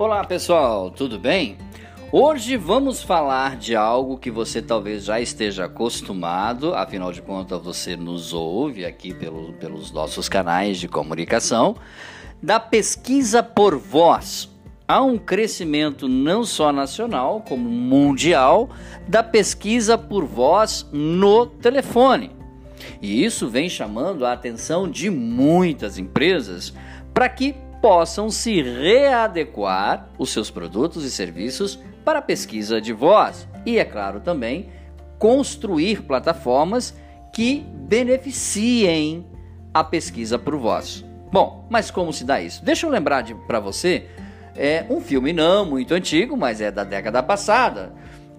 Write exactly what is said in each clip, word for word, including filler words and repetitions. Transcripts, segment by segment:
Olá pessoal, tudo bem? Hoje vamos falar de algo que você talvez já esteja acostumado, afinal de contas você nos ouve aqui pelo, pelos nossos canais de comunicação, da pesquisa por voz. Há um crescimento não só nacional como mundial da pesquisa por voz no telefone. E isso vem chamando a atenção de muitas empresas para que possam se readequar os seus produtos e serviços para a pesquisa de voz. E, é claro, também construir plataformas que beneficiem a pesquisa por voz. Bom, mas como se dá isso? Deixa eu lembrar para você é, um filme não muito antigo, mas é da década passada,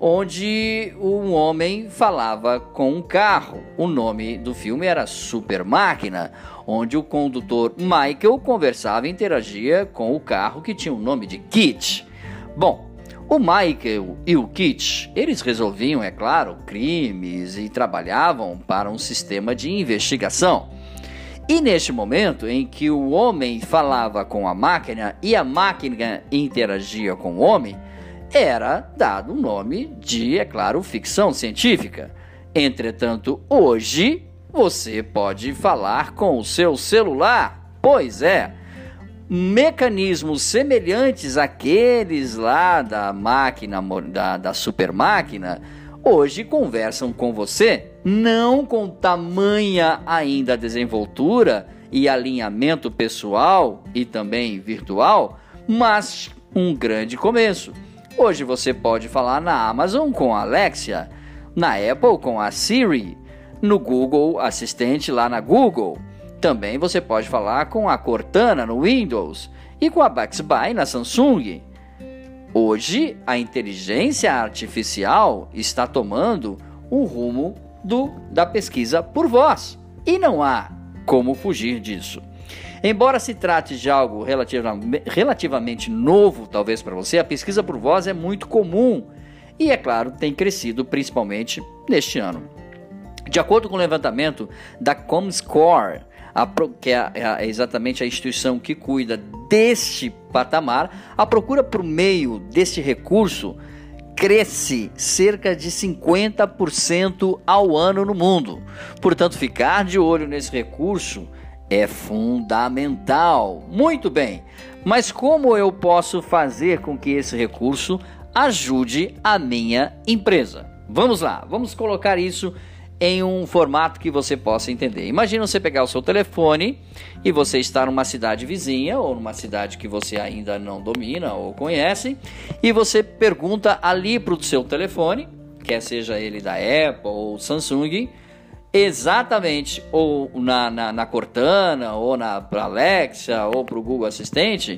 onde um homem falava com um carro. O nome do filme era Super Máquina, onde o condutor Michael conversava e interagia com o carro que tinha o nome de Kit. Bom, o Michael e o Kit, eles resolviam, é claro, crimes e trabalhavam para um sistema de investigação. E neste momento em que o homem falava com a máquina e a máquina interagia com o homem, era dado o nome de, é claro, ficção científica. Entretanto, hoje você pode falar com o seu celular. Pois é, mecanismos semelhantes àqueles lá da máquina, da, da super máquina, hoje conversam com você, não com tamanha ainda desenvoltura e alinhamento pessoal e também virtual, mas um grande começo. Hoje você pode falar na Amazon com a Alexa, na Apple com a Siri, no Google Assistente lá na Google. Também você pode falar com a Cortana no Windows e com a Bixby na Samsung. Hoje, a inteligência artificial está tomando o rumo do, da pesquisa por voz. E não há como fugir disso. Embora se trate de algo relativamente, relativamente novo, talvez para você, a pesquisa por voz é muito comum e, é claro, tem crescido principalmente neste ano. De acordo com o levantamento da Comscore, a, que é, é exatamente a instituição que cuida deste patamar, a procura por meio deste recurso cresce cerca de cinquenta por cento ao ano no mundo. Portanto, ficar de olho nesse recurso é fundamental. Muito bem, mas como eu posso fazer com que esse recurso ajude a minha empresa? Vamos lá, vamos colocar isso em um formato que você possa entender. Imagina você pegar o seu telefone e você estar numa cidade vizinha ou numa cidade que você ainda não domina ou conhece, e você pergunta ali para o seu telefone, quer seja ele da Apple ou Samsung, exatamente, ou na, na, na Cortana, ou na Alexa, ou para o Google Assistente,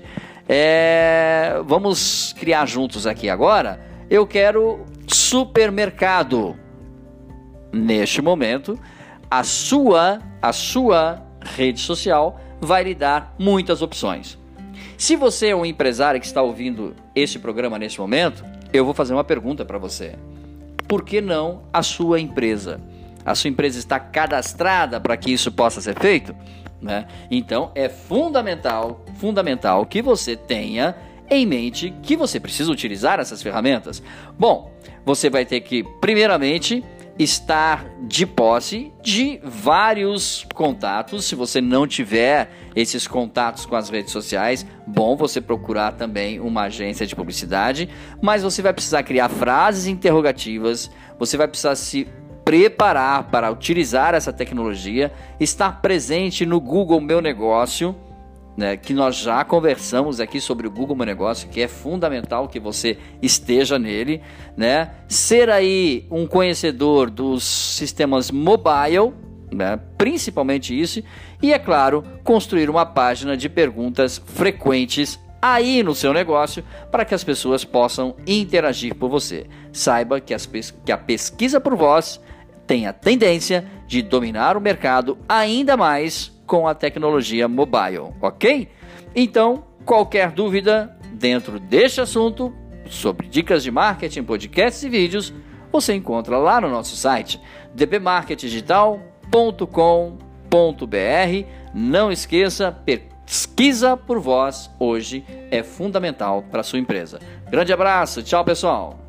é, vamos criar juntos aqui agora, eu quero supermercado. Neste momento, a sua, a sua rede social vai lhe dar muitas opções. Se você é um empresário que está ouvindo este programa neste momento, eu vou fazer uma pergunta para você. Por que não a sua empresa? A sua empresa está cadastrada para que isso possa ser feito? Né? Então, é fundamental, fundamental que você tenha em mente que você precisa utilizar essas ferramentas. Bom, você vai ter que, primeiramente, estar de posse de vários contatos. Se você não tiver esses contatos com as redes sociais, bom você procurar também uma agência de publicidade, mas você vai precisar criar frases interrogativas, você vai precisar se preparar para utilizar essa tecnologia, estar presente no Google Meu Negócio, né, que nós já conversamos aqui sobre o Google Meu Negócio, que é fundamental que você esteja nele, né? Ser aí um conhecedor dos sistemas mobile, né, principalmente isso, e é claro, construir uma página de perguntas frequentes aí no seu negócio para que as pessoas possam interagir por você. Saiba que, as pes- que a pesquisa por voz tem a tendência de dominar o mercado ainda mais com a tecnologia mobile, ok? Então, qualquer dúvida dentro deste assunto, sobre dicas de marketing, podcasts e vídeos, você encontra lá no nosso site d b marketing digital ponto com ponto b r. Não esqueça, pesquisa por voz hoje é fundamental para a sua empresa. Grande abraço, tchau pessoal!